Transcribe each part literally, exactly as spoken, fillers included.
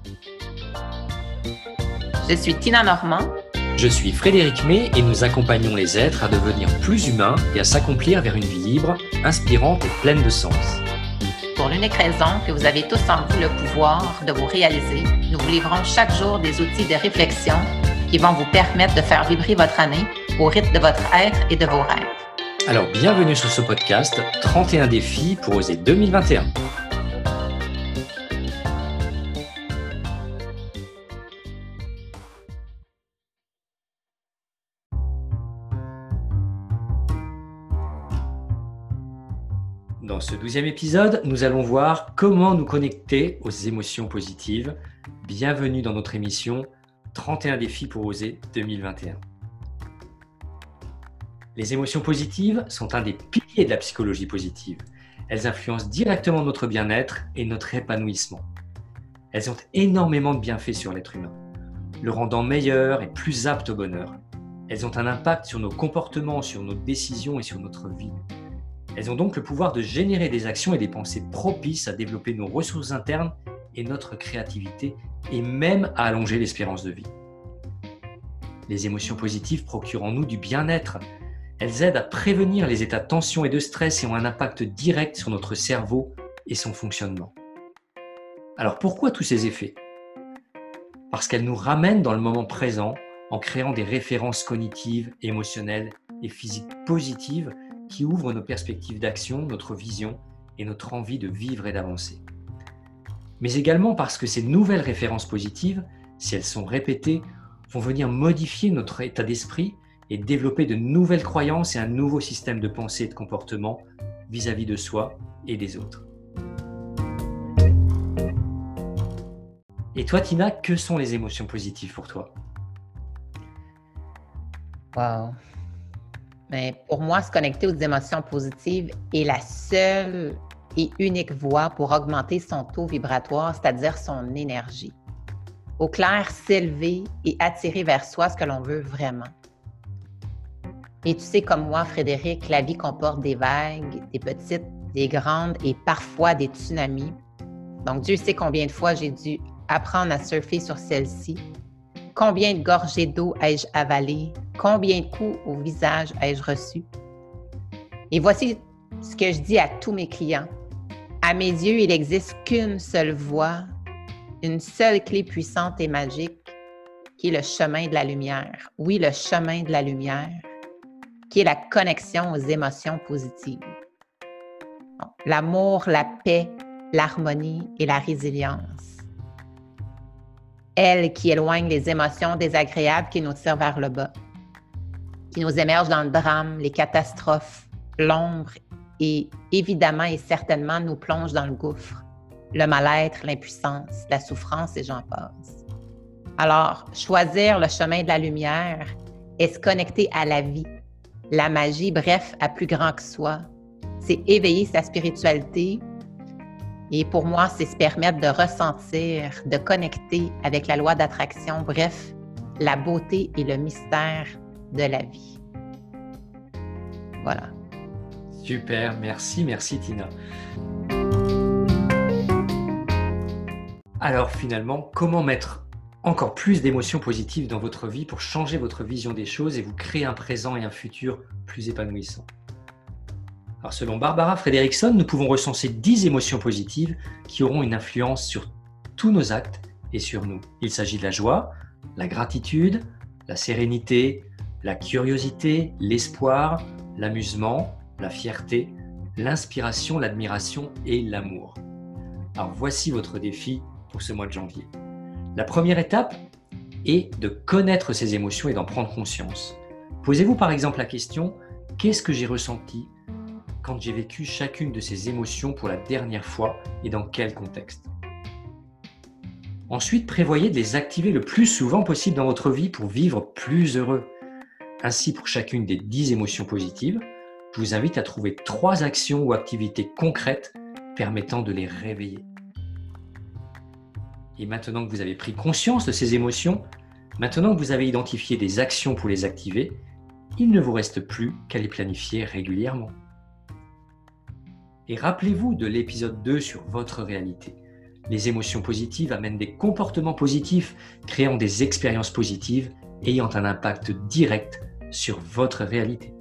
Je suis Tina Normand. Je suis Frédéric May et nous accompagnons les êtres à devenir plus humains et à s'accomplir vers une vie libre, inspirante et pleine de sens. Pour l'unique raison que vous avez tous en vous le pouvoir de vous réaliser, nous vous livrons chaque jour des outils de réflexion qui vont vous permettre de faire vibrer votre année au rythme de votre être et de vos rêves. Alors bienvenue sur ce podcast trente et un défis pour oser deux mille vingt et un. Dans ce douzième épisode, nous allons voir comment nous connecter aux émotions positives. Bienvenue dans notre émission trente et un défis pour oser deux mille vingt et un. Les émotions positives sont un des piliers de la psychologie positive. Elles influencent directement notre bien-être et notre épanouissement. Elles ont énormément de bienfaits sur l'être humain, le rendant meilleur et plus apte au bonheur. Elles ont un impact sur nos comportements, sur nos décisions et sur notre vie. Elles ont donc le pouvoir de générer des actions et des pensées propices à développer nos ressources internes et notre créativité, et même à allonger l'espérance de vie. Les émotions positives procurent en nous du bien-être. Elles aident à prévenir les états de tension et de stress et ont un impact direct sur notre cerveau et son fonctionnement. Alors pourquoi tous ces effets ? Parce qu'elles nous ramènent dans le moment présent en créant des références cognitives, émotionnelles et physiques positives qui ouvrent nos perspectives d'action, notre vision et notre envie de vivre et d'avancer. Mais également parce que ces nouvelles références positives, si elles sont répétées, vont venir modifier notre état d'esprit et développer de nouvelles croyances et un nouveau système de pensée et de comportement vis-à-vis de soi et des autres. Et toi, Tina, que sont les émotions positives pour toi ? Wow! Mais pour moi, se connecter aux émotions positives est la seule et unique voie pour augmenter son taux vibratoire, c'est-à-dire son énergie. Au clair, s'élever et attirer vers soi ce que l'on veut vraiment. Et tu sais comme moi, Frédéric, la vie comporte des vagues, des petites, des grandes et parfois des tsunamis. Donc Dieu sait combien de fois j'ai dû apprendre à surfer sur celle-ci. Combien de gorgées d'eau ai-je avalé? Combien de coups au visage ai-je reçu? Et voici ce que je dis à tous mes clients. À mes yeux, il n'existe qu'une seule voie, une seule clé puissante et magique, qui est le chemin de la lumière. Oui, le chemin de la lumière, qui est la connexion aux émotions positives. L'amour, la paix, l'harmonie et la résilience. Elle qui éloigne les émotions désagréables qui nous tirent vers le bas, qui nous émergent dans le drame, les catastrophes, l'ombre et évidemment et certainement nous plonge dans le gouffre, le mal-être, l'impuissance, la souffrance et j'en passe. Alors, choisir le chemin de la lumière est se connecter à la vie, la magie, bref, à plus grand que soi. C'est éveiller sa spiritualité. Et pour moi, c'est se permettre de ressentir, de connecter avec la loi d'attraction, bref, la beauté et le mystère de la vie. Voilà. Super, merci, merci Tina. Alors finalement, comment mettre encore plus d'émotions positives dans votre vie pour changer votre vision des choses et vous créer un présent et un futur plus épanouissant ? Alors, selon Barbara Fredrickson, nous pouvons recenser dix émotions positives qui auront une influence sur tous nos actes et sur nous. Il s'agit de la joie, la gratitude, la sérénité, la curiosité, l'espoir, l'amusement, la fierté, l'inspiration, l'admiration et l'amour. Alors voici votre défi pour ce mois de janvier. La première étape est de connaître ces émotions et d'en prendre conscience. Posez-vous par exemple la question « Qu'est-ce que j'ai ressenti ?» quand j'ai vécu chacune de ces émotions pour la dernière fois et dans quel contexte. Ensuite, prévoyez de les activer le plus souvent possible dans votre vie pour vivre plus heureux. Ainsi, pour chacune des dix émotions positives, je vous invite à trouver trois actions ou activités concrètes permettant de les réveiller. Et maintenant que vous avez pris conscience de ces émotions, maintenant que vous avez identifié des actions pour les activer, il ne vous reste plus qu'à les planifier régulièrement. Et rappelez-vous de l'épisode deux sur votre réalité. Les émotions positives amènent des comportements positifs, créant des expériences positives, ayant un impact direct sur votre réalité.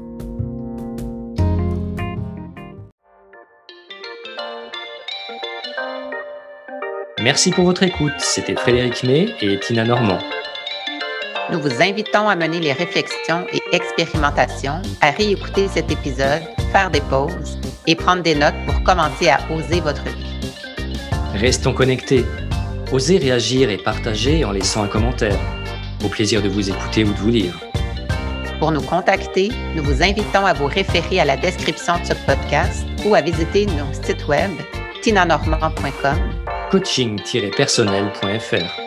Merci pour votre écoute. C'était Frédéric May et Tina Normand. Nous vous invitons à mener les réflexions et expérimentations, à réécouter cet épisode, faire des pauses et prendre des notes pour commencer à oser votre vie. Restons connectés. Osez réagir et partager en laissant un commentaire. Au plaisir de vous écouter ou de vous lire. Pour nous contacter, nous vous invitons à vous référer à la description de ce podcast ou à visiter nos sites web tina normand point com, coaching tiret personnel point f r.